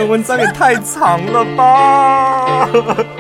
篇文章也太长了吧！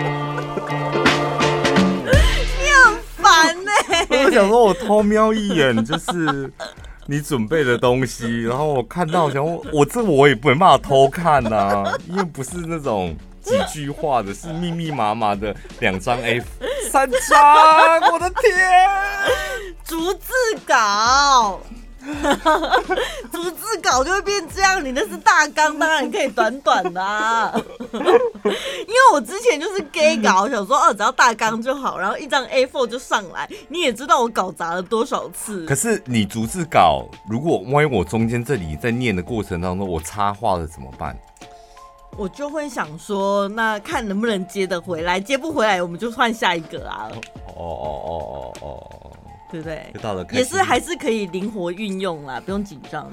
你很烦欸。 我想说，我偷瞄一眼，就是你准备的东西，然后我看到，想我也没办法偷看啊，因为不是那种几句话的，是密密麻麻的2张 A3 张，我的天！ 逐字稿。逐字稿就会变这样，你那是大纲，当然你可以短短的啊。因为我之前就是 gay 稿，想说只要大纲就好，然后一张 A4 就上来。你也知道我搞砸了多少次。 可是你逐字稿，如果万一我中间这里在念的过程当中我插话了怎么办？ 我就会想说，那看能不能接得回来，接不回来我们就换下一个啊。对不对？也是还是可以灵活运用啦，不用紧张。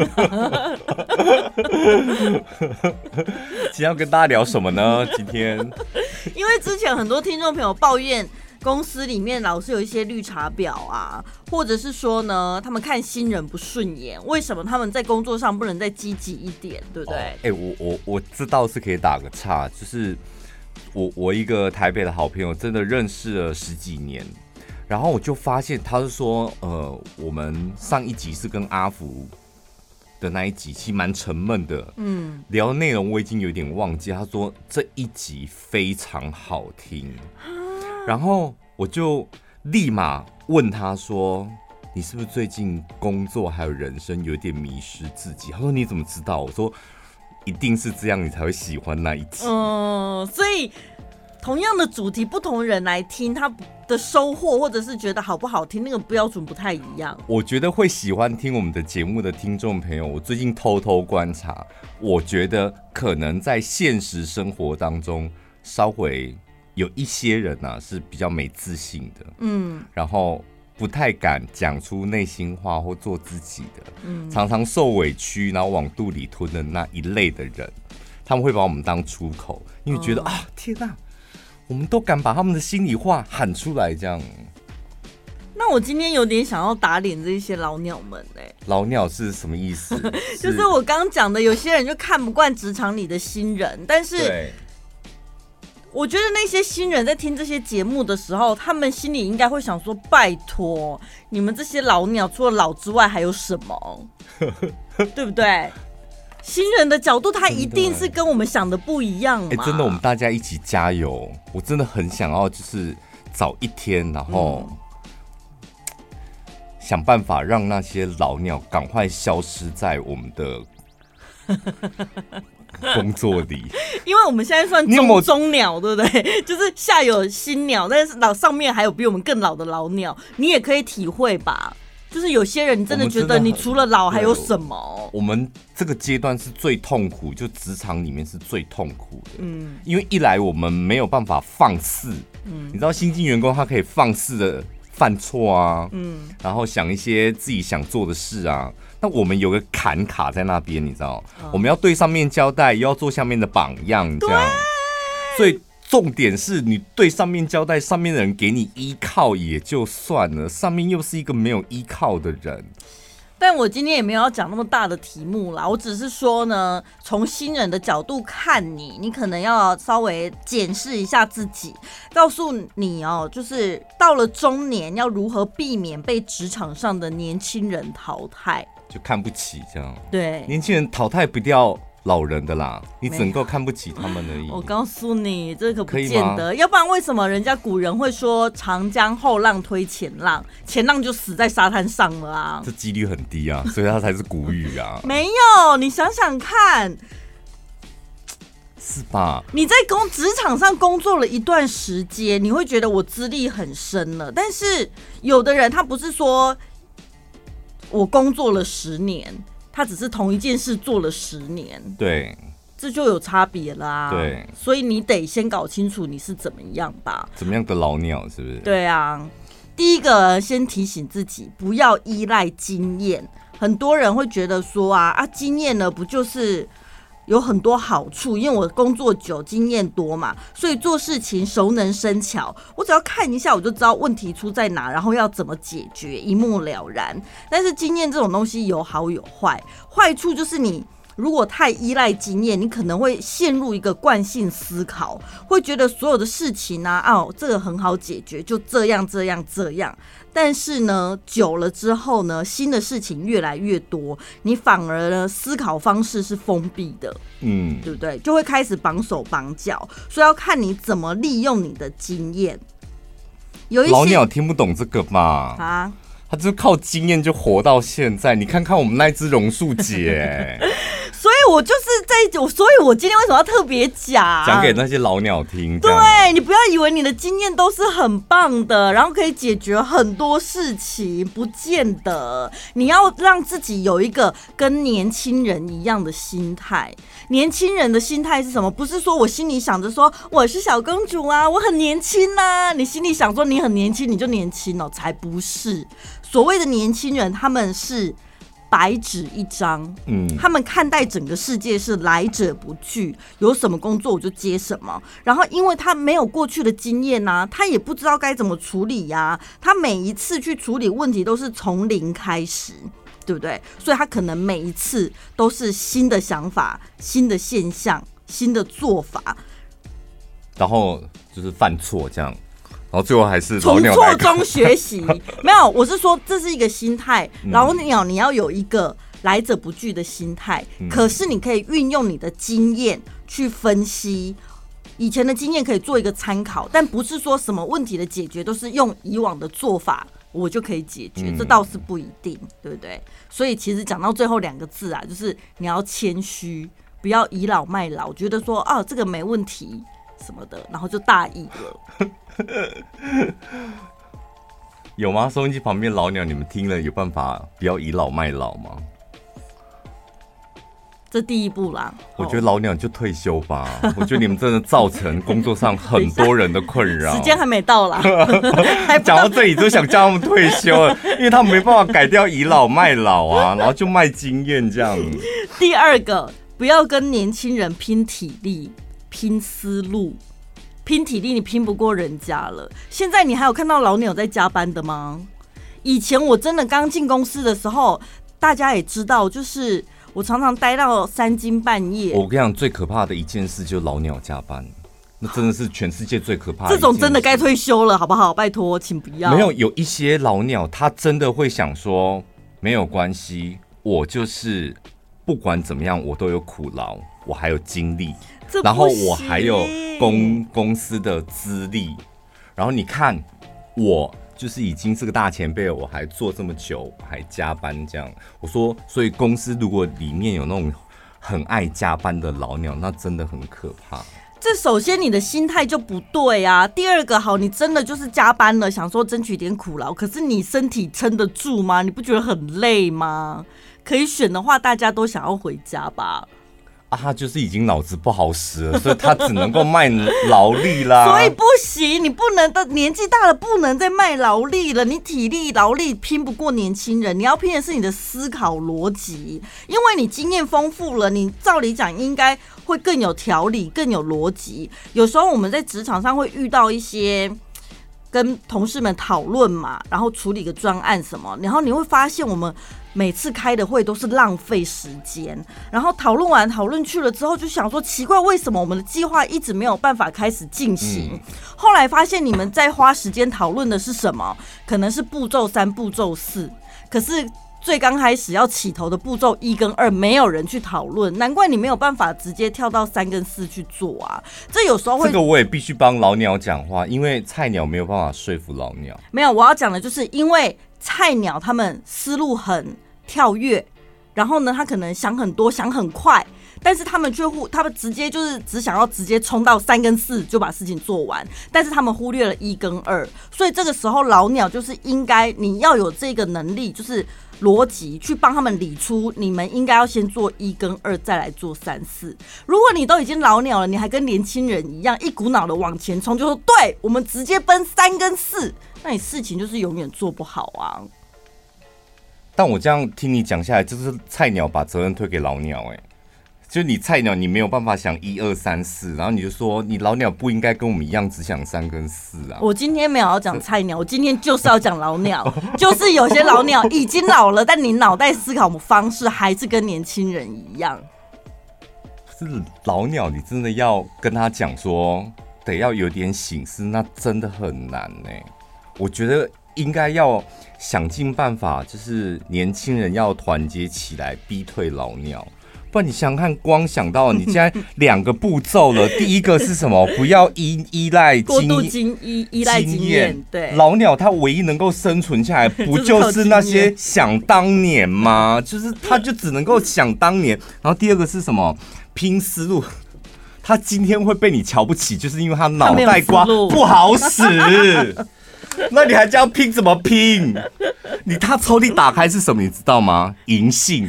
今天要跟大家聊什么呢？今天， 因为之前很多听众朋友抱怨公司里面老是有一些绿茶婊啊，或者是说呢，他们看新人不顺眼，为什么他们在工作上不能再积极一点，对不对？ 我知道是可以打个岔，就是我一个台北的好朋友，真的认识了10几年。然后我就发现，他是说，我们上一集是跟阿福的那一集，其实蛮沉闷的，聊的内容我已经有点忘记。他说这一集非常好听，然后我就立马问他说：“你是不是最近工作还有人生有点迷失自己？”他说：“你怎么知道？”我说：“一定是这样，你才会喜欢那一集。” 所以同样的主题，不同人来听，他的收获或者是觉得好不好听，那个标准不太一样。 我觉得会喜欢听我们的节目的听众朋友，我最近偷偷观察，我觉得可能在现实生活当中，稍微有一些人啊是比较没自信的，然后不太敢讲出内心话或做自己的，常常受委屈然后往肚里吞的那一类的人，他们会把我们当出口，因为觉得天哪！我们都敢把他们的心里话喊出来，这样。 那我今天有点想要打脸这些老鸟们老鸟是什么意思？ 就是我刚刚讲的，有些人就看不惯职场里的新人，但是我觉得那些新人在听这些节目的时候，他们心里应该会想说：拜托，你们这些老鸟除了老之外还有什么？对不对？新人的角度，他一定是跟我们想的不一样嘛。 真的，我们大家一起加油！我真的很想要，就是早一天，然后想办法让那些老鸟赶快消失在我们的工作里。因为我们现在算中鸟，对不对？就是下有新鸟，但是上面还有比我们更老的老鸟，你也可以体会吧。就是有些人真的觉得你除了老还有什么？ 我们这个阶段是最痛苦，就职场里面是最痛苦的。因为一来我们没有办法放肆，你知道新进员工他可以放肆的犯错啊，然后想一些自己想做的事啊。那我们有个坎卡在那边，你知道，我们要对上面交代，又要做下面的榜样，这样，所以。重点是你对上面交代，上面的人给你依靠也就算了，上面又是一个没有依靠的人。 但我今天也没有要讲那么大的题目啦，我只是说呢，从新人的角度看你可能要稍微检视一下自己，告诉你就是到了中年要如何避免被职场上的年轻人淘汰， 就看不起这样。 对， 年轻人淘汰不掉老人的啦，你只能够看不起他们而已。 我告诉你，这可不见得，要不然为什么人家古人会说长江后浪推前浪，前浪就死在沙滩上了啊？ 这几率很低啊，所以它才是古语啊。 没有，你想想看， 是吧？ 你在职场上工作了一段时间，你会觉得我资历很深了，但是有的人他不是说我工作了10年。他只是同一件事做了10年， 对， 这就有差别啦。 对， 所以你得先搞清楚你是怎么样吧。 怎么样的老鸟是不是？ 对啊，第一个先提醒自己不要依赖经验。很多人会觉得说经验呢不就是有很多好处，因为我工作久，经验多嘛，所以做事情熟能生巧。我只要看一下，我就知道问题出在哪，然后要怎么解决，一目了然。但是经验这种东西有好有坏，坏处就是你如果太依赖经验，你可能会陷入一个惯性思考，会觉得所有的事情啊，这个很好解决，就这样。但是呢，久了之后呢，新的事情越来越多，你反而呢思考方式是封闭的，对不对？就会开始绑手绑脚，所以要看你怎么利用你的经验。有一些老鸟听不懂这个嘛？啊，他就靠经验就活到现在。你看看我们那只榕树姐。 所以我就是所以我今天为什么要特别讲给那些老鸟听？ 对，你不要以为你的经验都是很棒的，然后可以解决很多事情，不见得。你要让自己有一个跟年轻人一样的心态。年轻人的心态是什么？不是说我心里想着说我是小公主啊，我很年轻啊，你心里想说你很年轻你就年轻哦，才不是。所谓的年轻人，他们是白纸一张，他们看待整个世界是来者不拒，有什么工作我就接什么。然后因为他没有过去的经验啊，他也不知道该怎么处理啊，他每一次去处理问题都是从零开始，对不对？所以他可能每一次都是新的想法、新的现象、新的做法， 然后就是犯错这样。然后最后还是从错中学习，没有，我是说这是一个心态。老鸟你要有一个来者不拒的心态，可是你可以运用你的经验去分析，以前的经验可以做一个参考，但不是说什么问题的解决都是用以往的做法我就可以解决，这倒是不一定，对不对？所以其实讲到最后2个字啊，就是你要谦虚，不要倚老卖老，觉得说这个没问题什么的，然后就大意了。 有吗？收音机旁边老鸟，你们听了有办法不要倚老卖老吗？ 这第一步啦。 我觉得老鸟就退休吧。我觉得你们真的造成工作上很多人的困扰。 时间还没到啦。 讲到这里就想叫他们退休了，因为他们没办法改掉倚老卖老啊，然后就卖经验这样。 第2个，不要跟年轻人拼体力、拼思路。拼体力你拼不过人家了。现在你还有看到老鸟在加班的吗？以前我真的刚进公司的时候，大家也知道，就是我常常待到3更半夜。 我跟你讲，最可怕的一件事就是老鸟加班，那真的是全世界最可怕的一件事。 这种真的该退休了，好不好？拜托，请不要。 没有一些老鸟，他真的会想说，没有关系，我就是不管怎么样，我都有苦劳，我还有精力。然后我还有公司的资历，然后你看我就是已经是个大前辈了，我还做这么久，还加班这样。我说，所以公司如果里面有那种很爱加班的老鸟，那真的很可怕。 这首先你的心态就不对啊。第2个，好，你真的就是加班了，想说争取点苦劳，可是你身体撑得住吗？你不觉得很累吗？可以选的话，大家都想要回家吧。 他就是已经脑子不好使了，所以他只能够卖劳力啦。 所以不行，你不能的，年纪大了不能再卖劳力了。你体力劳力拼不过年轻人，你要拼的是你的思考逻辑，因为你经验丰富了，你照理讲应该会更有条理、更有逻辑。有时候我们在职场上会遇到一些跟同事们讨论嘛，然后处理个专案什么，然后你会发现我们每次开的会都是浪费时间，然后讨论去了之后，就想说奇怪，为什么我们的计划一直没有办法开始进行？后来发现你们在花时间讨论的是什么？可能是步骤3、步骤4，可是最刚开始要起头的步骤1跟2没有人去讨论，难怪你没有办法直接跳到3跟4去做啊！这有时候会， 这个我也必须帮老鸟讲话，因为菜鸟没有办法说服老鸟。 没有，我要讲的就是因为菜鸟他们思路很跳跃，然后呢，他可能想很多，想很快，但是他们直接就是只想要直接冲到3跟4就把事情做完，但是他们忽略了1跟2，所以这个时候老鸟就是应该你要有这个能力，就是逻辑去帮他们理出你们应该要先做1跟2，再来做3、4。如果你都已经老鸟了，你还跟年轻人一样一股脑的往前冲，就说对，我们直接奔3跟4，那你事情就是永远做不好啊。 但我这样听你讲下来，就是菜鸟把责任推给老鸟，就你菜鸟你没有办法想1、2、3、4，然后你就说你老鸟不应该跟我们一样只想3跟4啊。 我今天没有要讲菜鸟，我今天就是要讲老鸟，就是有些老鸟已经老了，但你脑袋思考方式还是跟年轻人一样。 可是老鸟，你真的要跟他讲说，得要有点醒思，那真的很难呢。我觉得应该要想尽办法，就是年轻人要团结起来，逼退老鸟。不然你想想看，光想到你现在2个步骤了，第一个是什么？不要依赖过度依赖经验。对， 老鸟他唯一能够生存下来，不就是那些想当年吗？就是他就只能够想当年。然后第二个是什么？拼思路。他今天会被你瞧不起，就是因为他脑袋瓜不好使。那你还叫拼怎么拼？他抽屉打开是什么？你知道吗？银杏。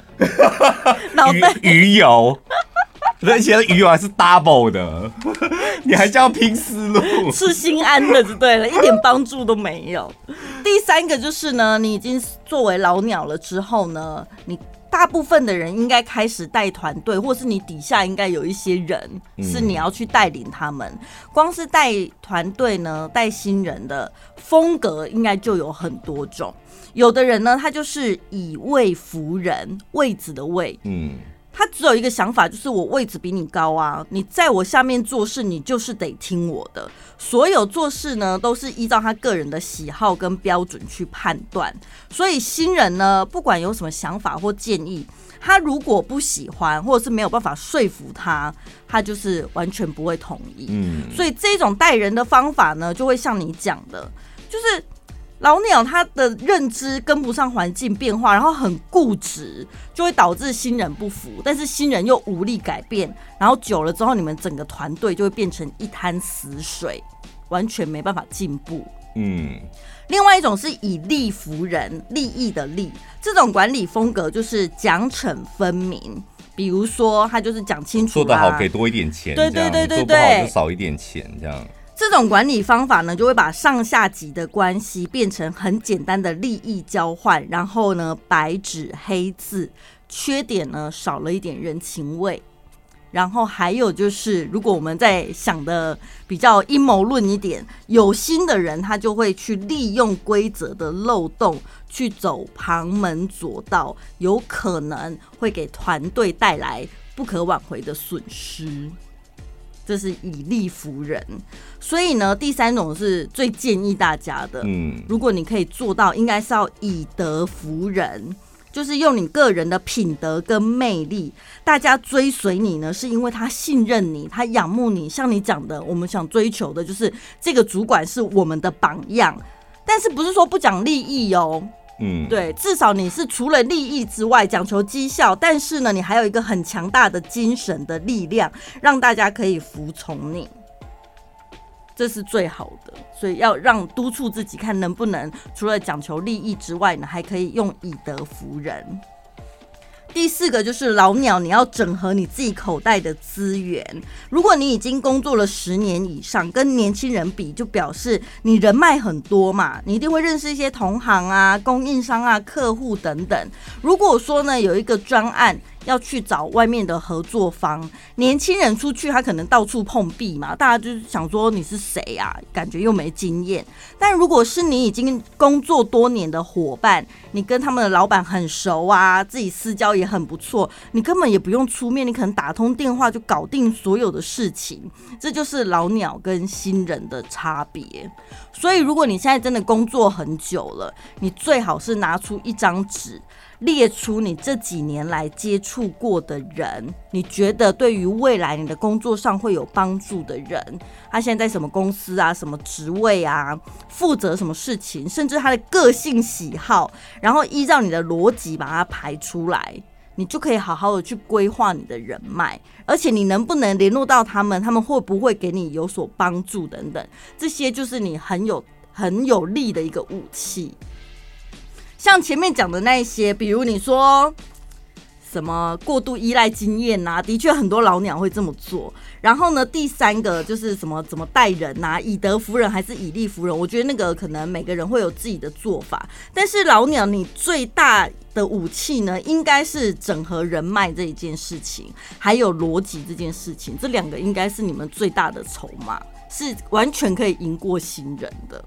鱼油，而且鱼油还是 double 的，你还叫拼思路？ 吃心安的就对了，一点帮助都没有。第3个就是呢，你已经作为老鸟了之后呢，你大部分的人应该开始带团队，或是你底下应该有一些人是你要去带领他们。光是带团队呢，带新人的风格应该就有很多种。有的人呢，他就是以位服人，位子的位，他只有一个想法，就是我位置比你高啊，你在我下面做事，你就是得听我的。所有做事呢，都是依照他个人的喜好跟标准去判断。所以新人呢，不管有什么想法或建议，他如果不喜欢，或者是没有办法说服他，他就是完全不会同意。所以这种带人的方法呢，就会像你讲的，就是老鸟他的认知跟不上环境变化，然后很固执，就会导致新人不服，但是新人又无力改变，然后久了之后，你们整个团队就会变成一滩死水，完全没办法进步。另外一种是以利服人，利益的利，这种管理风格就是奖惩分明。比如说，他就是讲清楚， 做得好给多一点钱，对，做不好就少一点钱，这样。 这种管理方法呢，就会把上下级的关系变成很简单的利益交换，然后呢，白纸黑字，缺点呢少了一点人情味。然后还有就是，如果我们在想的比较阴谋论一点，有心的人他就会去利用规则的漏洞去走旁门左道，有可能会给团队带来不可挽回的损失。这是以利服人。所以呢，第3种是最建议大家的，如果你可以做到，应该是要以德服人，就是用你个人的品德跟魅力，大家追随你呢，是因为他信任你，他仰慕你。像你讲的，我们想追求的就是这个主管是我们的榜样，但是不是说不讲利益哦。对，至少你是除了利益之外讲求绩效，但是呢，你还有一个很强大的精神的力量，让大家可以服从你，这是最好的。所以要让督促自己，看能不能除了讲求利益之外呢，还可以用以德服人。第4个就是老鸟，你要整合你自己口袋的资源。如果你已经工作了10年以上，跟年轻人比，就表示你人脉很多嘛，你一定会认识一些同行啊、供应商啊、客户等等。如果说呢，有一个专案要去找外面的合作方，年轻人出去他可能到处碰壁嘛，大家就是想说你是谁啊，感觉又没经验。但如果是你已经工作多年的伙伴，你跟他们的老板很熟啊，自己私交也很不错，你根本也不用出面，你可能打通电话就搞定所有的事情。这就是老鸟跟新人的差别。所以如果你现在真的工作很久了，你最好是拿出一张纸，列出你这几年来接触过的人，你觉得对于未来你的工作上会有帮助的人，他现在在什么公司啊，什么职位啊，负责什么事情，甚至他的个性喜好，然后依照你的逻辑把它排出来，你就可以好好的去规划你的人脉，而且你能不能联络到他们，他们会不会给你有所帮助等等，这些就是你很有力的一个武器。像前面讲的那一些，比如你说什么过度依赖经验啊，的确很多老鸟会这么做。然后呢，第3个就是什么怎么带人啊，以德服人还是以利服人，我觉得那个可能每个人会有自己的做法。但是老鸟你最大的武器呢，应该是整合人脉这一件事情，还有逻辑这件事情，这2个应该是你们最大的筹码，是完全可以赢过新人的。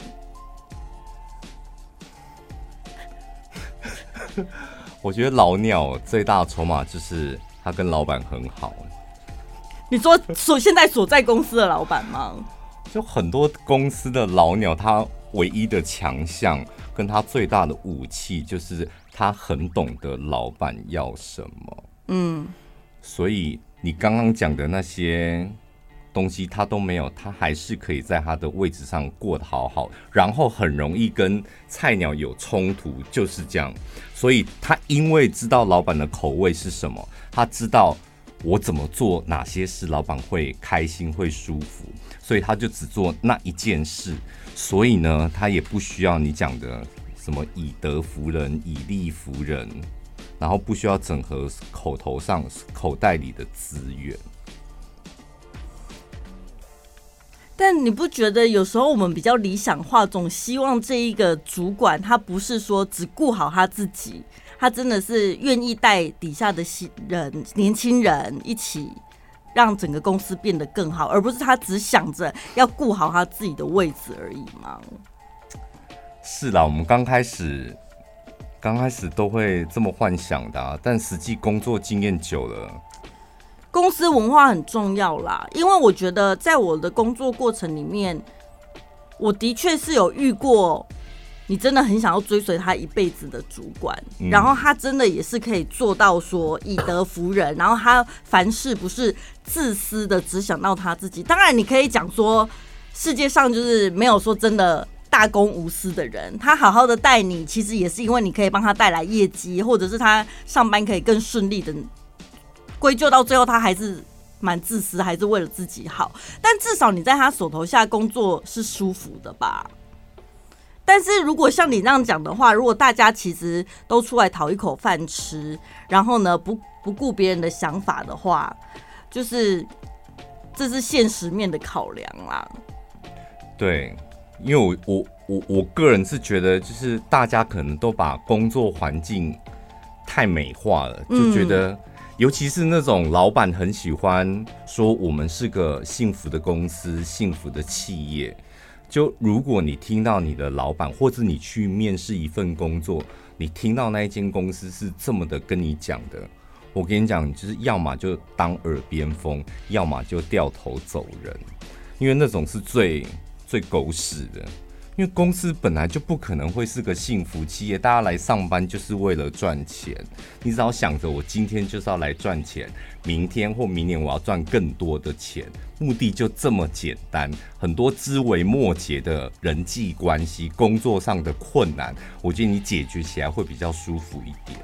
我觉得老鸟最大的筹码就是他跟老板很好， 你说现在所在公司的老板吗？ 就很多公司的老鸟，他唯一的强项跟他最大的武器，就是他很懂得老板要什么。所以你刚刚讲的那些东西他都没有，他还是可以在他的位置上过得好好，然后很容易跟菜鸟有冲突，就是这样。所以他因为知道老板的口味是什么，他知道我怎么做哪些事老板会开心会舒服，所以他就只做那一件事。所以呢，他也不需要你讲的什么以德服人以力服人，然后不需要整合口袋里的资源。 但你不觉得有时候我们比较理想化，总希望这一个主管他不是说只顾好他自己，他真的是愿意带底下的年轻人一起让整个公司变得更好，而不是他只想着要顾好他自己的位置而已吗？ 是啦，我们刚开始都会这么幻想的啊，但实际工作经验久了， 公司文化很重要啦，因为我觉得在我的工作过程里面，我的确是有遇过你真的很想要追随他一辈子的主管，然后他真的也是可以做到说以德服人，然后他凡事不是自私的只想到他自己。当然你可以讲说世界上就是没有说真的大公无私的人，他好好的带你，其实也是因为你可以帮他带来业绩，或者是他上班可以更顺利的。归咎到最后，他还是蛮自私，还是为了自己好。但至少你在他手头下工作是舒服的吧？但是如果像你这样讲的话，如果大家其实都出来讨一口饭吃，然后呢不顾别人的想法的话，就是这是现实面的考量啦。对， 因为我个人是觉得，就是大家可能都把工作环境太美化了，就觉得。尤其是那种老板很喜欢说我们是个幸福的公司、幸福的企业。就如果你听到你的老板，或者你去面试一份工作，你听到那一间公司是这么的跟你讲的，我跟你讲，就是要么就当耳边风，要么就掉头走人，因为那种是最狗屎的。因为公司本来就不可能会是个幸福企业，大家来上班就是为了赚钱。你只要想着我今天就是要来赚钱，明天或明年我要赚更多的钱，目的就这么简单。很多枝微末节的人际关系、工作上的困难，我觉得你解决起来会比较舒服一点。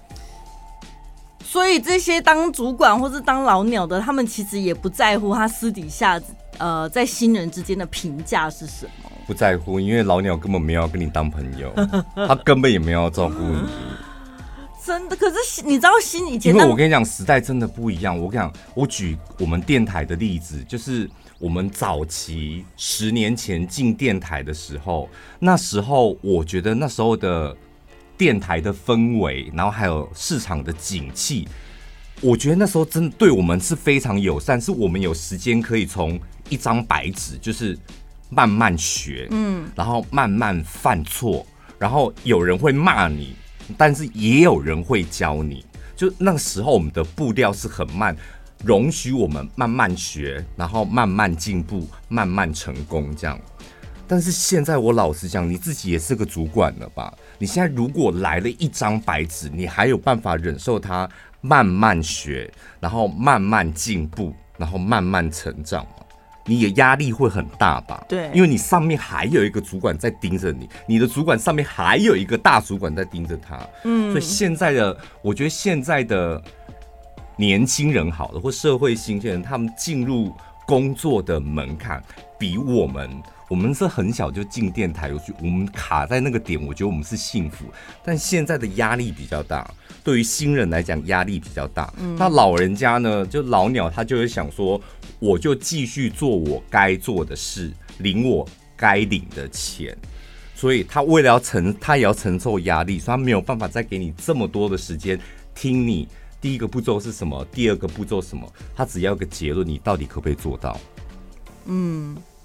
所以这些当主管或是当老鸟的，他们其实也不在乎他私底下在新人之间的评价是什么。 不在乎，因为老鸟根本没有要跟你当朋友，他根本也没有要照顾你。 真的，可是你知道以前， 因为我跟你讲，时代真的不一样。我跟你讲，我举我们电台的例子，就是我们早期10年前进电台的时候，那时候我觉得那时候的电台的氛围，然后还有市场的景气，我觉得那时候真的对我们是非常友善，是我们有时间可以从一张白纸，就是慢慢学，然后慢慢犯错，然后有人会骂你，但是也有人会教你。就那个时候我们的步调是很慢，容许我们慢慢学，然后慢慢进步，慢慢成功这样。但是现在我老实讲，你自己也是个主管了吧？你现在如果来了一张白纸，你还有办法忍受它慢慢学，然后慢慢进步，然后慢慢成长吗？你的压力会很大吧？ 对， 因为你上面还有一个主管在盯着你，你的主管上面还有一个大主管在盯着他。所以现在的，我觉得现在的年轻人好了，或社会新鲜人，他们进入工作的门槛比我们是很小就进电台，我们卡在那个点，我觉得我们是幸福。但现在的压力比较大，对于新人来讲压力比较大。那老人家呢，就老鸟，他就会想说，我就继续做我该做的事，领我该领的钱。所以他为了他也要承受压力，所以他没有办法再给你这么多的时间听你第一个步骤是什么，第二个步骤什么，他只要一个结论，你到底可不可以做到？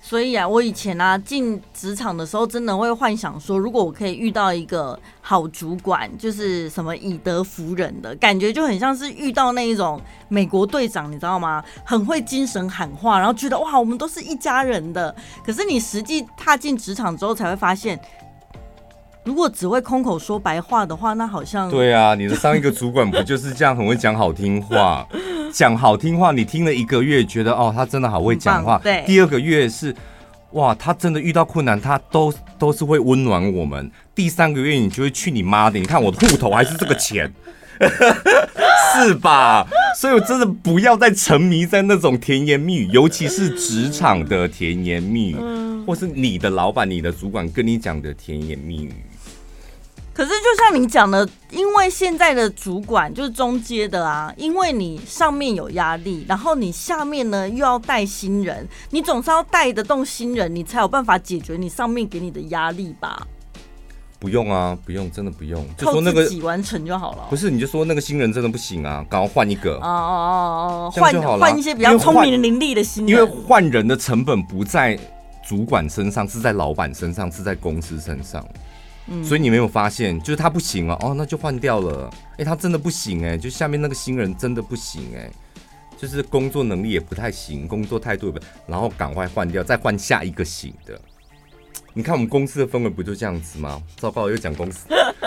所以啊，我以前啊进职场的时候，真的会幻想说，如果我可以遇到一个好主管，就是什么以德服人的感觉，就很像是遇到那一种美国队长，你知道吗？很会精神喊话，然后觉得哇，我们都是一家人的。可是你实际踏进职场之后，才会发现，如果只会空口说白话的话，那好像对啊，你的上一个主管不就是这样，很会讲好听话，讲好听话，你听了1个月，觉得哦，他真的好会讲话。 对， 第2个月是哇，他真的遇到困难，他都是会温暖我们。第3个月，你就会去你妈的！你看我的户头还是这个钱，是吧？所以我真的不要再沉迷在那种甜言蜜语，尤其是职场的甜言蜜语，或是你的老板、你的主管跟你讲的甜言蜜语。 可是就像你讲的，因为现在的主管就是中阶的啊，因为你上面有压力，然后你下面呢又要带新人，你总是要带得动新人，你才有办法解决你上面给你的压力吧？ 不用啊，不用，真的不用，就靠说那个自己完成就好了。 不是，你就说那个新人真的不行啊，赶快换一个。 换一些比较聪明伶俐的新人。 因为换人的成本不在主管身上，是在老板身上，是在公司身上。所以你没有发现，就是他不行了，哦，那就换掉了。他真的不行就下面那个新人真的不行就是工作能力也不太行，工作态度也不，然后赶快换掉，再换下一个行的。你看我们公司的氛围不就这样子吗？糟糕，又讲公司，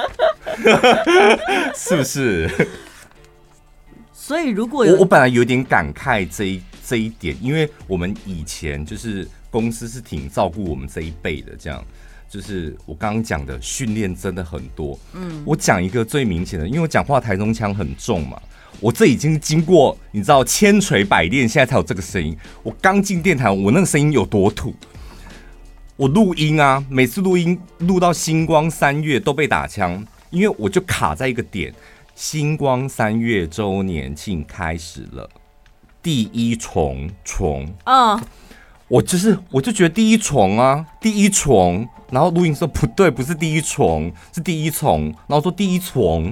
是不是？ 所以如果我本来有点感慨这一点，因为我们以前就是公司是挺照顾我们这一辈的，这样。就是我刚刚讲的训练真的很多，我讲一个最明显的，因为我讲话台中腔很重嘛，我这已经经过你知道千锤百炼，现在才有这个声音。我刚进电台，我那个声音有多土？我录音啊，每次录音录到星光3月都被打枪，因为我就卡在一个点，星光3月周年庆开始了，第一重我就觉得第一重啊，第一重，然后录音说不对，不是第一重，是第一重，然后说第一重，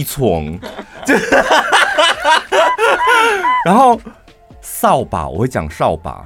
然后扫把我会讲扫把。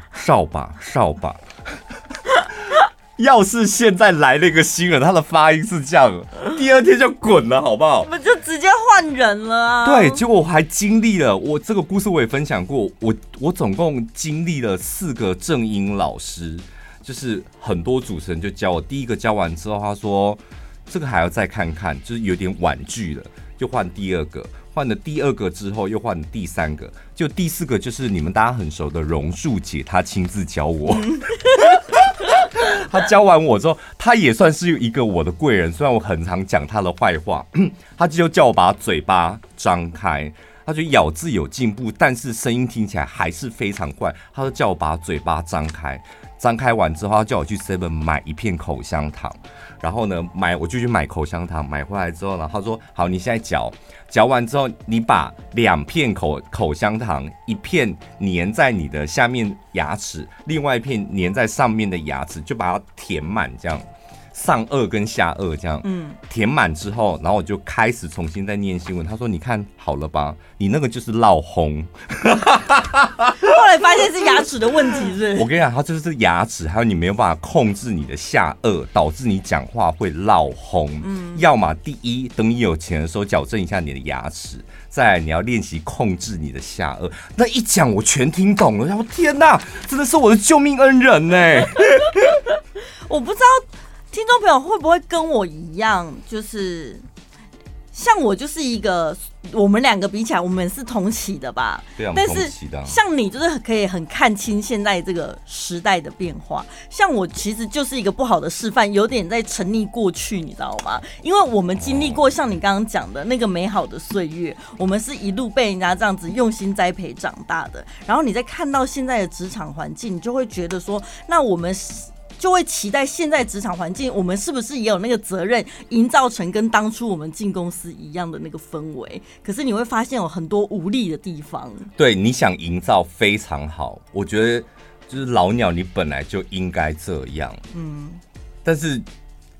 要是现在来了一个新人，他的发音是这样，第2天就滚了，好不好？ 我们就直接换人了啊！ 对，结果我还经历了，我这个故事我也分享过，我总共经历了4个正音老师，就是很多主持人就教我，第1个教完之后，他说这个还要再看看，就是有点婉拒了，就换第2个。换了第2个之后，又换了第3个，就第4个就是你们大家很熟的榕树姐，她亲自教我。他教完我之后，他也算是一个我的贵人，虽然我很常讲他的坏话，他就叫我把嘴巴张开，他就咬字有进步，但是声音听起来还是非常怪。他就叫我把嘴巴张开，张开完之后，他叫我去 7 买1片口香糖，然后呢我就去买口香糖，买回来之后，然后他说好，你现在嚼完之后，你把2片口香糖，1片粘在你的下面牙齿，另外1片粘在上面的牙齿，就把它填满，这样上颚跟下颚这样，填满之后，然后我就开始重新再念新闻。他说：“你看好了吧，你那个就是落红。” 后来发现是牙齿的问题，是不是？ 我跟你讲，它就是牙齿，还有你没有办法控制你的下颚，导致你讲话会落红。要么第一，等你有钱的时候矫正一下你的牙齿；再来，你要练习控制你的下颚。那一讲我全听懂了，然后天哪，真的是我的救命恩人呢！ 我不知道听众朋友会不会跟我一样，就是像我就是一个，我们2个比起来，我们是同期的吧？ 非常同期的。 但是像你就是可以很看清现在这个时代的变化，像我其实就是一个不好的示范，有点在沉溺过去，你知道吗？因为我们经历过像你刚刚讲的那个美好的岁月，我们是一路被人家这样子用心栽培长大的。然后你再看到现在的职场环境，你就会觉得说，那我们就会期待现在职场环境，我们是不是也有那个责任营造成跟当初我们进公司一样的那个氛围？可是你会发现有很多无力的地方。 对，你想营造非常好，我觉得就是老鸟，你本来就应该这样。但是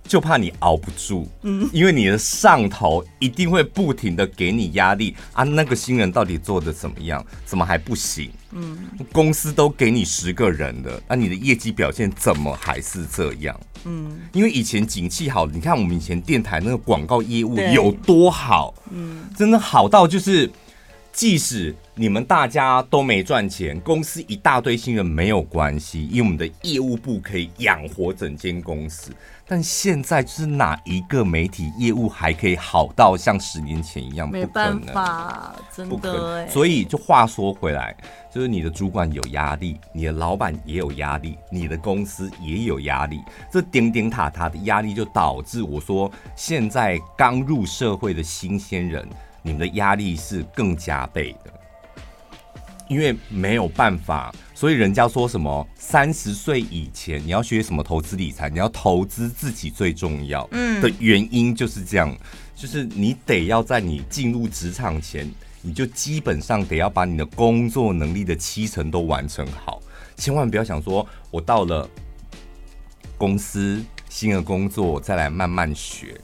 就怕你熬不住，因为你的上头一定会不停的给你压力啊。那个新人到底做的怎么样？怎么还不行？公司都给你10个人了，那你的业绩表现怎么还是这样？因为以前景气好，你看我们以前电台那个广告业务有多好，真的好到就是，即使你们大家都没赚钱，公司一大堆新人没有关系，因为我们的业务部可以养活整间公司。但现在就是哪一个媒体业务还可以好到像10年前一样？ 没办法，真的。 所以就话说回来，就是你的主管有压力，你的老板也有压力，你的公司也有压力，这点点塔塔的压力就导致我说，现在刚入社会的新鲜人，你们的压力是更加倍的。因为没有办法，所以人家说什么30岁以前你要学什么投资理财，你要投资自己最重要的原因就是这样，就是你得要在你进入职场前，你就基本上得要把你的工作能力的70%都完成好，千万不要想说我到了公司新的工作我再来慢慢学，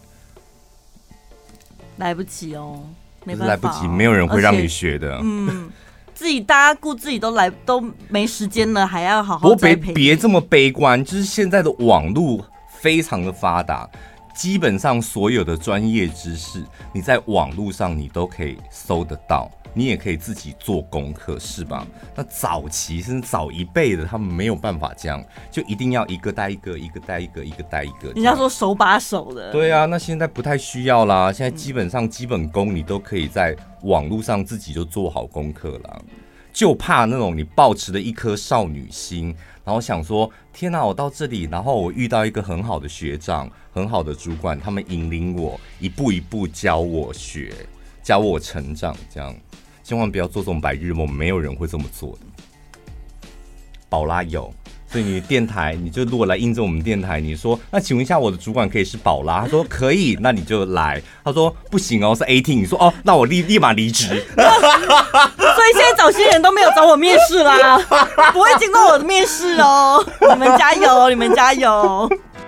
来不及哦，没办法， 来不及，没有人会让你学的。 自己大家顾自己都没时间了，还要好好栽培。 别这么悲观，就是现在的网络非常的发达，基本上所有的专业知识，你在网络上你都可以搜得到，你也可以自己做功课，是吧？那早期甚至早一辈的，他们没有办法这样，就一定要一个带一个，一个带一个，一个带一个。 人家说手把手的。 对啊，那现在不太需要啦，现在基本上基本功你都可以在网络上自己就做好功课啦。就怕那种你抱持了一颗少女心，然后想说天哪，我到这里，然后我遇到一个很好的学长、很好的主管，他们引领我一步一步教我学，教我成长，这样千万不要做这种白日梦，没有人会这么做的。宝拉有，所以你电台，你就如果来应征我们电台，你说那请问一下我的主管可以是宝拉？他说可以，那你就来。他说不行哦，是 AT。你说哦，那我立马离职。 所以现在找新人都没有找我面试啦，不会经过我的面试哦。你们加油，你们加油。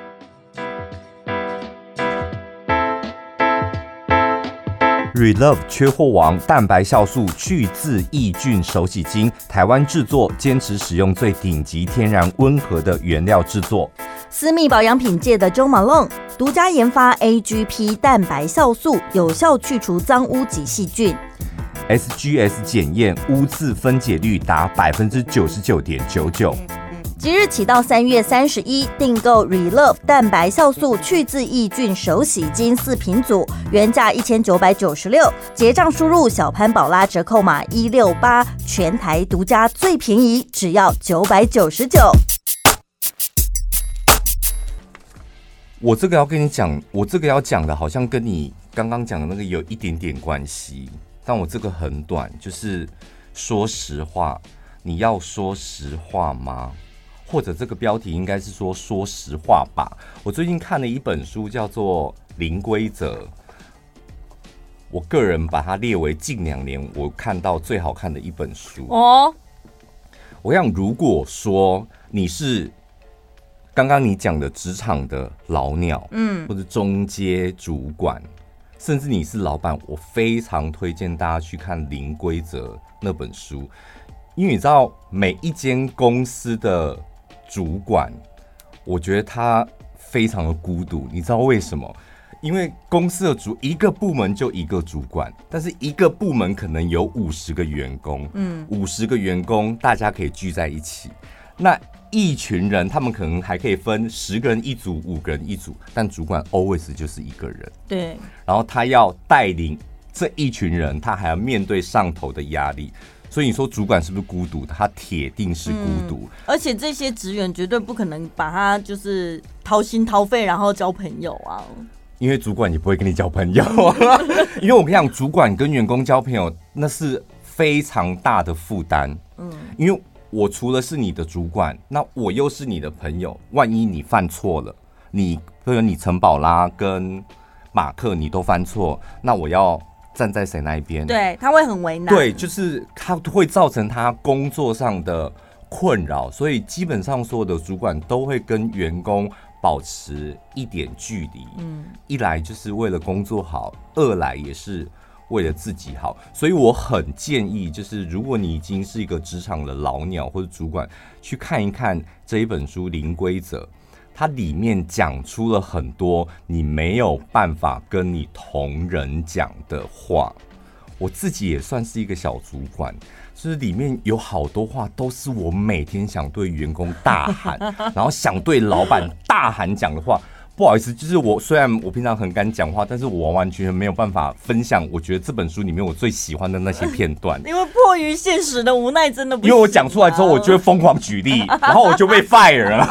Relove 缺货王蛋白酵素去渍抑菌手洗精，台湾制作，坚持使用最顶级天然温和的原料制作。 私密保养品界的 Jo Malone 独家研发 AGP 蛋白酵素，有效去除脏污及细菌。 SGS 检验污渍分解率达 99.99%。 即日起到3月31，订购 Relove 蛋白酵素去渍抑菌手洗精4瓶组，原价1996，结账输入小潘宝拉折扣码168，全台独家最便宜，只要999。 我这个要跟你讲，我这个要讲的好像跟你刚刚讲的那个有一点点关系，但我这个很短，就是说实话，你要说实话吗？或者这个标题应该是说实话吧。我最近看了一本书叫做《零规则》，我个人把它列为近2年我看到最好看的一本书。我想如果说你是刚刚你讲的职场的老鸟，或者中阶主管，甚至你是老板，我非常推荐大家去看《零规则》那本书，因为你知道每一间公司的主管，我觉得他非常的孤独，你知道为什么？因为公司的一个部门就一个主管，但是一个部门可能有50个员工，50个员工大家可以聚在一起，那一群人他们可能还可以分10个人一组，5个人一组，但主管 always 就是一个人， 对， 然后他要带领这一群人，他还要面对上头的压力。所以你说主管是不是孤独？他铁定是孤独， 而且这些职员绝对不可能把他就是掏心掏肺，然后交朋友啊。 因为主管也不会跟你交朋友啊。因为我跟你讲，主管跟员工交朋友那是非常大的负担。因为我除了是你的主管，那我又是你的朋友。万一你犯错了，比如你陈宝拉跟马克你都犯错，那我要站在谁那一边？ 对，他会很为难。 对，就是他会造成他工作上的困扰，所以基本上所有的主管都会跟员工保持一点距离。一来就是为了工作好，二来也是为了自己好。所以我很建议，就是如果你已经是一个职场的老鸟或者主管，去看一看这一本书《零规则》。它里面讲出了很多你没有办法跟你同仁讲的话。我自己也算是一个小主管，就是里面有好多话都是我每天想对员工大喊，然后想对老板大喊讲的话。不好意思，就是虽然我平常很敢讲话，但是我完全没有办法分享我觉得这本书里面我最喜欢的那些片段， 因为迫于现实的无奈，真的不行。 因为我讲出来之后，我就会疯狂举例，然后我就被 fire 了。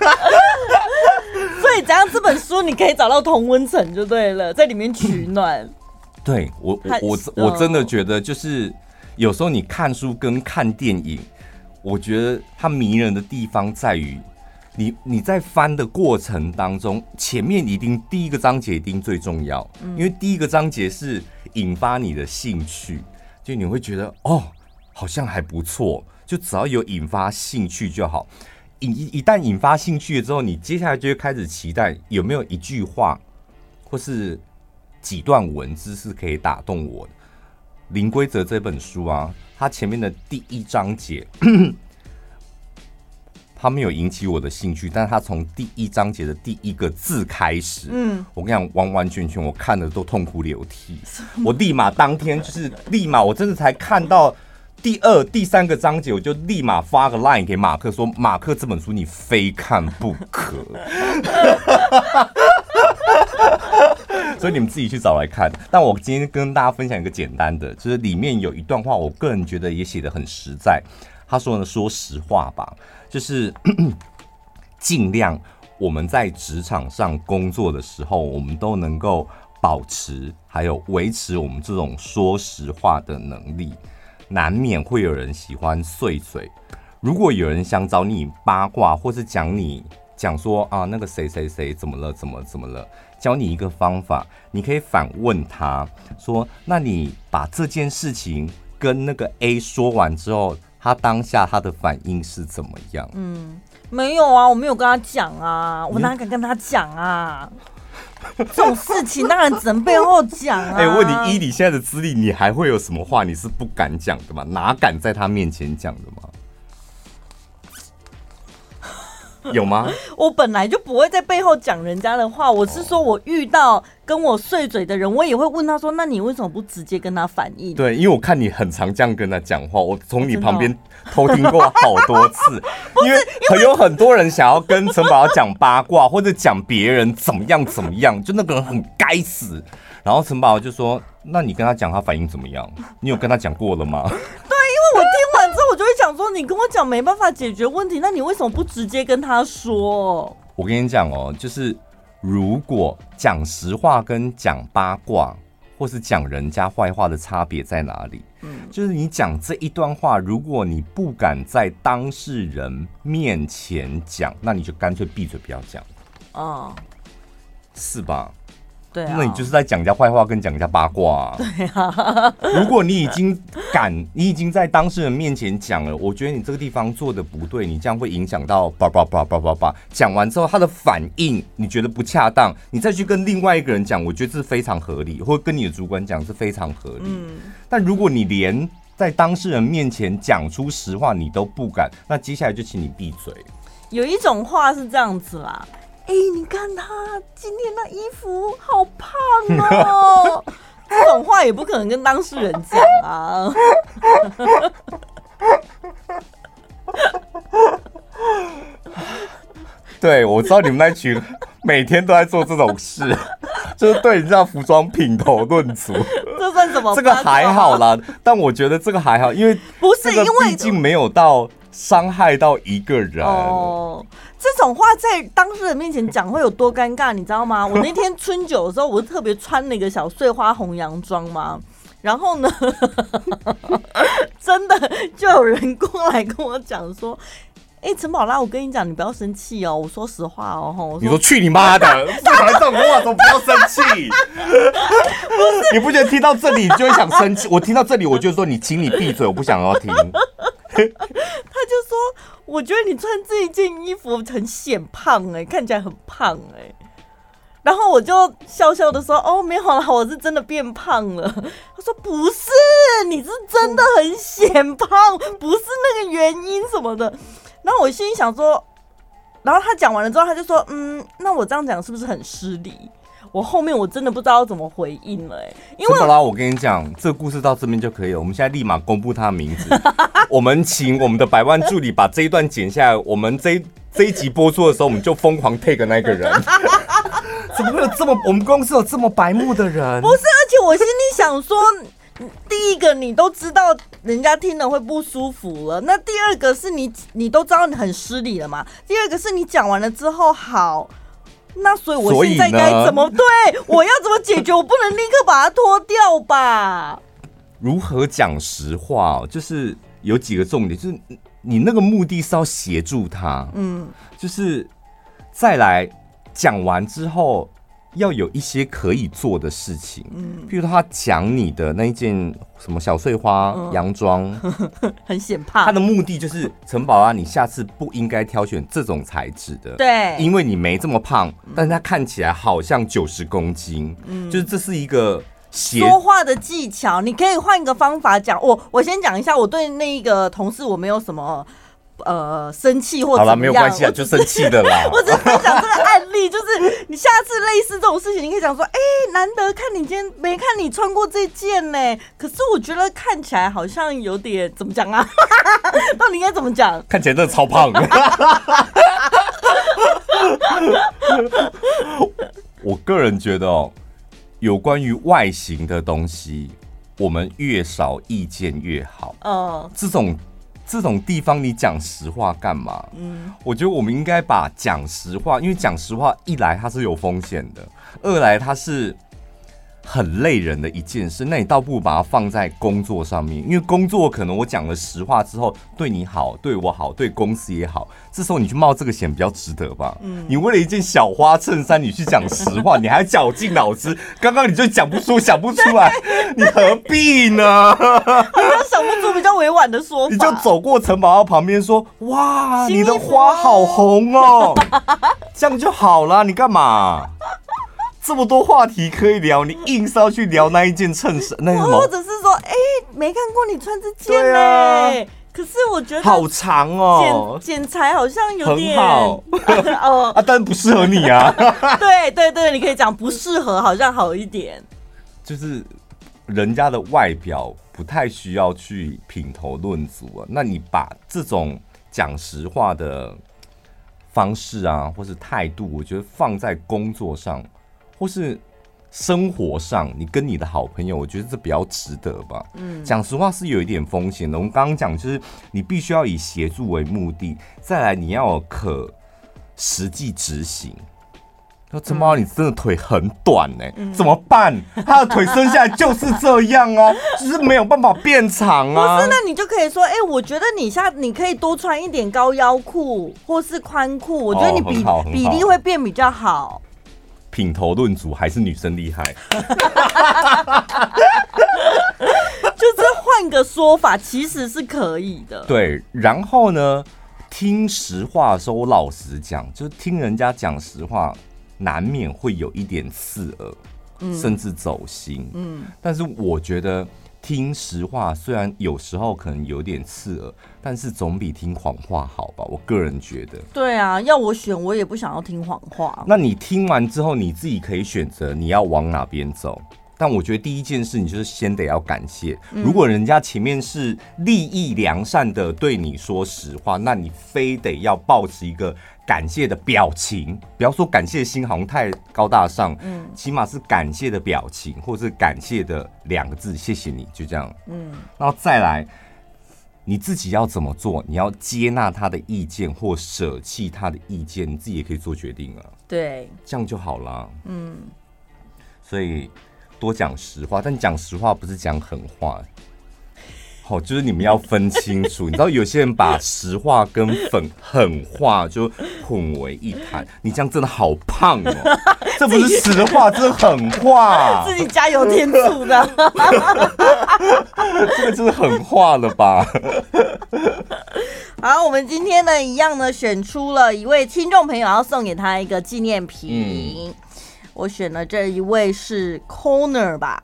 所以怎样，这本书你可以找到同温层就对了，在里面取暖。 对，我真的觉得，就是有时候你看书跟看电影，我觉得它迷人的地方在于。你在翻的过程当中，前面一定第一个章节一定最重要，因为第一个章节是引发你的兴趣，就你会觉得好像还不错，就只要有引发兴趣就好。一旦引发兴趣了之后，你接下来就会开始期待有没有一句话或是几段文字是可以打动我的。《零规则》这本书啊，它前面的第一章节。他没有引起我的兴趣，但是他从第一章节的第一个字开始，我跟你讲，完完全全我看了都痛哭流涕。我立马当天就是我真的才看到第二、第三个章节，我就立马发个 line 给马克说：“马克，这本书你非看不可。”所以你们自己去找来看。但我今天跟大家分享一个简单的，就是里面有一段话，我个人觉得也写得很实在。他说呢，说实话吧，就是尽量我们在职场上工作的时候，我们都能够保持还有维持我们这种说实话的能力。难免会有人喜欢碎嘴，如果有人想找你八卦，或是讲说啊那个谁谁谁怎么了怎么了，教你一个方法，你可以反问他说，那你把这件事情跟那个 A 说完之后，他当下他的反应是怎么样？ 没有啊，我没有跟他讲啊，我哪敢跟他讲啊？这种事情当然只能背后讲啊。 我问你，依你现在的资历，你还会有什么话你是不敢讲的吗？哪敢在他面前讲的吗？有吗？ 我本来就不会在背后讲人家的话，我是说我遇到跟我碎嘴的人，我也会问他说，那你为什么不直接跟他反映？ 对，因为我看你很常这样跟他讲话，我从你旁边偷听过好多次。因为有很多人想要跟陈宝瑶讲八卦，或者讲别人怎么样，就那个人很该死。然后陈宝瑶就说，那你跟他讲他反应怎么样？你有跟他讲过了吗？ 我听完之后，我就会想说，你跟我讲没办法解决问题，那你为什么不直接跟他说？ 我跟你讲就是如果讲实话跟讲八卦，或是讲人家坏话的差别在哪里？就是你讲这一段话，如果你不敢在当事人面前讲，那你就干脆闭嘴不要讲。是吧？ 对啊， 那你就是在讲人家坏话跟讲人家八卦对啊。 如果你已经在当事人面前讲了，我觉得你这个地方做的不对，你这样会影响到叭。讲完之后他的反应你觉得不恰当，你再去跟另外一个人讲，我觉得这是非常合理，或者跟你的主管讲是非常合理。但如果你连在当事人面前讲出实话你都不敢，那接下来就请你闭嘴。 有一种话是这样子啦。你看他今天那衣服好胖哦，这种话也不可能跟当事人讲啊。 对，我知道你们那群每天都在做这种事，就是对人家服装品头论足。 这算什么？ 这个还好啦，但我觉得这个还好，因为不是因为毕竟没有到伤害到一个人。 这种话在当事人面前讲会有多尴尬，你知道吗？我那天春酒的时候，我特别穿了一个小碎花红洋装嘛，然后呢，真的就有人过来跟我讲说，陈宝拉，我跟你讲，你不要生气哦。我说实话哦， 你说去你妈的！不讲这种话，怎么不要生气？你不觉得听到这里你就会想生气？我听到这里我就说，请你闭嘴，我不想要听。 他就说， 我觉得你穿这一件衣服很显胖看起来很胖然后我就笑笑的说：“哦，没有啦，我是真的变胖了。”他说：“不是，你是真的很显胖，不是那个原因什么的。”然后我心里想说，然后他讲完了之后，他就说：“那我这样讲是不是很失礼？”我后面我真的不知道怎么回应了因为怎么啦？我跟你讲，这个故事到这边就可以了。我们现在立马公布他的名字，我们请我们的百万助理把这一段剪下来。我们这一集播出的时候，我们就疯狂 take 那个人。怎么会有我们公司有这么白目的人？ 不是，而且我心里想说，第一个你都知道人家听了会不舒服了，那第二个是你都知道你很失礼了嘛？第二个是你讲完了之后好。那所以我现在该怎么对？我要怎么解决？我不能立刻把它脱掉吧？ 如何讲实话就是有几个重点，就是你那个目的是要协助他，就是再来讲完之后要有一些可以做的事情，譬如他讲你的那一件什么小碎花洋装， 很显胖， 他的目的就是陈宝拉，你下次不应该挑选这种材质的， 对， 因为你没这么胖，但是他看起来好像90公斤，就是这是一个说话的技巧，你可以换一个方法讲。我先讲一下，我对那个同事我没有什么生气或怎么样，好了，没有关系啊，就生气的啦。 我只是分享这个案例，就是你下次类似这种事情，你可以讲说，难得看你今天没看你穿过这件呢，可是我觉得看起来好像有点怎么讲啊？到底应该怎么讲？ 看起来真的超胖。我个人觉得有关于外形的东西，我们越少意见越好。这种地方你讲实话干嘛？我觉得我们应该把讲实话，因为讲实话一来它是有风险的，二来它是很累人的一件事，那你倒不如把它放在工作上面，因为工作可能我讲了实话之后对你好，对我好，对公司也好，这时候你去冒这个险比较值得吧。你为了一件小花衬衫你去讲实话，你还绞尽脑汁，刚刚你就想不出来，你何必呢？ 我想不出比较委婉的说法， 你就走过陈宝拉旁边说：“哇，你的花好红哦。”这样就好了，你干嘛？这么多话题可以聊，你硬是要去聊那一件衬衫，那或者是说，没看过你穿这件呢？可是我觉得好长哦， 剪裁好像有点很好但不适合你啊。 对，你可以讲不适合，好像好一点。 就是人家的外表不太需要去品头论足啊，那你把这种讲实话的方式啊，或是态度，我觉得放在工作上。或是生活上，你跟你的好朋友，我觉得这比较值得吧。讲实话是有一点风险的。我们刚刚讲，就是你必须要以协助为目的，再来你要有可实际执行。陈宝拉，你真的腿很短怎么办？他的腿生下来就是这样啊，就是没有办法变长啊。 不是，那你就可以说，我觉得你可以多穿一点高腰裤或是宽裤，我觉得你比例会变比较好。 品头论足还是女生厉害， 就是换个说法，其实是可以的。 对，然后呢，听实话的时候，我老实讲，就是听人家讲实话，难免会有一点刺耳，甚至走心。但是我觉得听实话虽然有时候可能有点刺耳，但是总比听谎话好吧？我个人觉得。 对啊，要我选，我也不想要听谎话。 那你听完之后，你自己可以选择你要往哪边走。但我觉得第一件事，你就是先得要感谢。如果人家前面是利益良善的对你说实话，那你非得要抱持一个感谢的表情，不要说感谢心好像太高大上，起码是感谢的表情，或是感谢的2个字，谢谢你，就这样。然后再来，你自己要怎么做？你要接纳他的意见或舍弃他的意见，你自己也可以做决定啊。 对， 这样就好了。所以多讲实话，但讲实话不是讲狠话。就是你们要分清楚，你知道有些人把实话跟狠话就混为一谈，你这样真的好胖哦！这不是实话，这是狠话， 自己加油添醋的， 这个就是狠话了吧？ 好，我们今天呢一样呢选出了一位听众朋友，要送给他一个纪念品。我选的这一位是 Conor 吧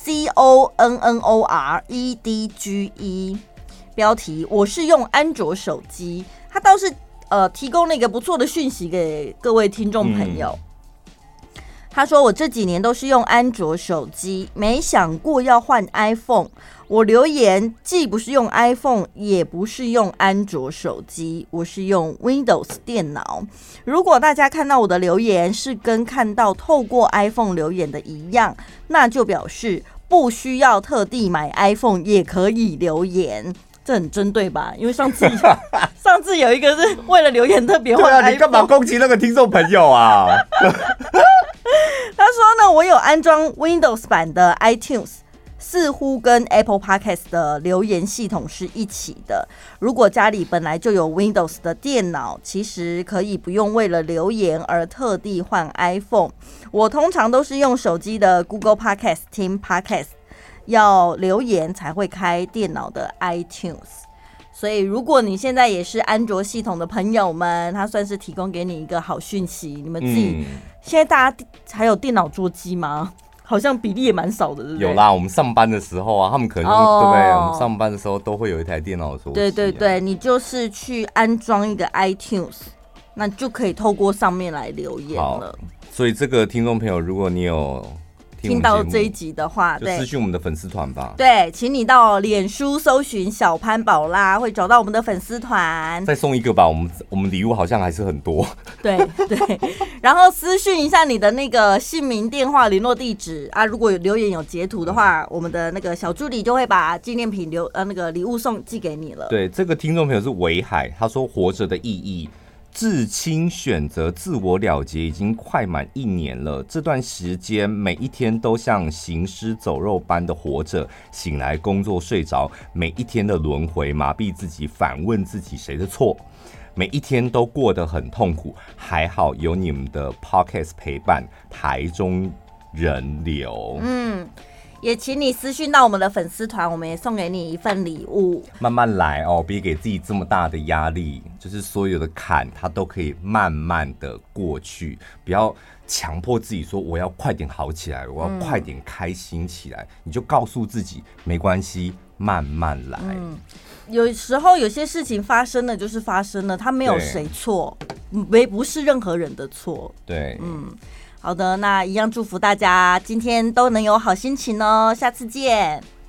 ，CONNOREDGE。标题：我是用安卓手机。他倒是提供了一个不错的讯息给各位听众朋友。他说：“我这几年都是用安卓手机，没想过要换 iPhone。我留言既不是用 iPhone， 也不是用安卓手机，我是用 Windows 电脑。如果大家看到我的留言是跟看到透过 iPhone 留言的一样，那就表示不需要特地买 iPhone 也可以留言。”这很针对吧？因为上次有一个是为了留言特别换 iPhone。对啊， 你干嘛攻击那个听众朋友啊？ 他说呢，我有安装 Windows 版的 iTunes， 似乎跟 Apple Podcast 的留言系统是一起的。如果家里本来就有 Windows 的电脑，其实可以不用为了留言而特地换 iPhone。我通常都是用手机的 Google Podcast 听 Podcast。要留言才会开电脑的 iTunes， 所以如果你现在也是安卓系统的朋友们，他算是提供给你一个好讯息。你们自己现在大家还有电脑桌机吗？好像比例也蛮少的，对不对？ 有啦，我们上班的时候啊，他们可能、对不对？我们上班的时候都会有一台电脑桌机、 对对对，你就是去安装一个 iTunes， 那就可以透过上面来留言了。 所以这个听众朋友，如果你有听到这一集的话， 就私讯我们的粉丝团吧。 对，请你到脸书搜寻小潘宝拉，会找到我们的粉丝团。 再送一个吧，我们礼物好像还是很多。 对对，然后私讯一下你的那个姓名、电话、联络地址啊。如果有留言有截图的话，我们的那个小助理就会把纪念品那个礼物寄给你了。 对，这个听众朋友是维海，他说活着的意义。至亲选择自我了结已经快满1年了，这段时间每一天都像行尸走肉般的活着，醒来工作睡着，每一天的轮回麻痹自己，反问自己谁的错，每一天都过得很痛苦，还好有你们的 Podcast 陪伴，台中人流。 也请你私讯到我们的粉丝团，我们也送给你一份礼物。 慢慢来哦，别给自己这么大的压力，就是所有的坎它都可以慢慢的过去，不要强迫自己说我要快点好起来，我要快点开心起来，你就告诉自己没关系，慢慢来。 有时候有些事情发生了就是发生了，它没有谁错，不是任何人的错。 对， 好的，那一样祝福大家今天都能有好心情哦，下次见。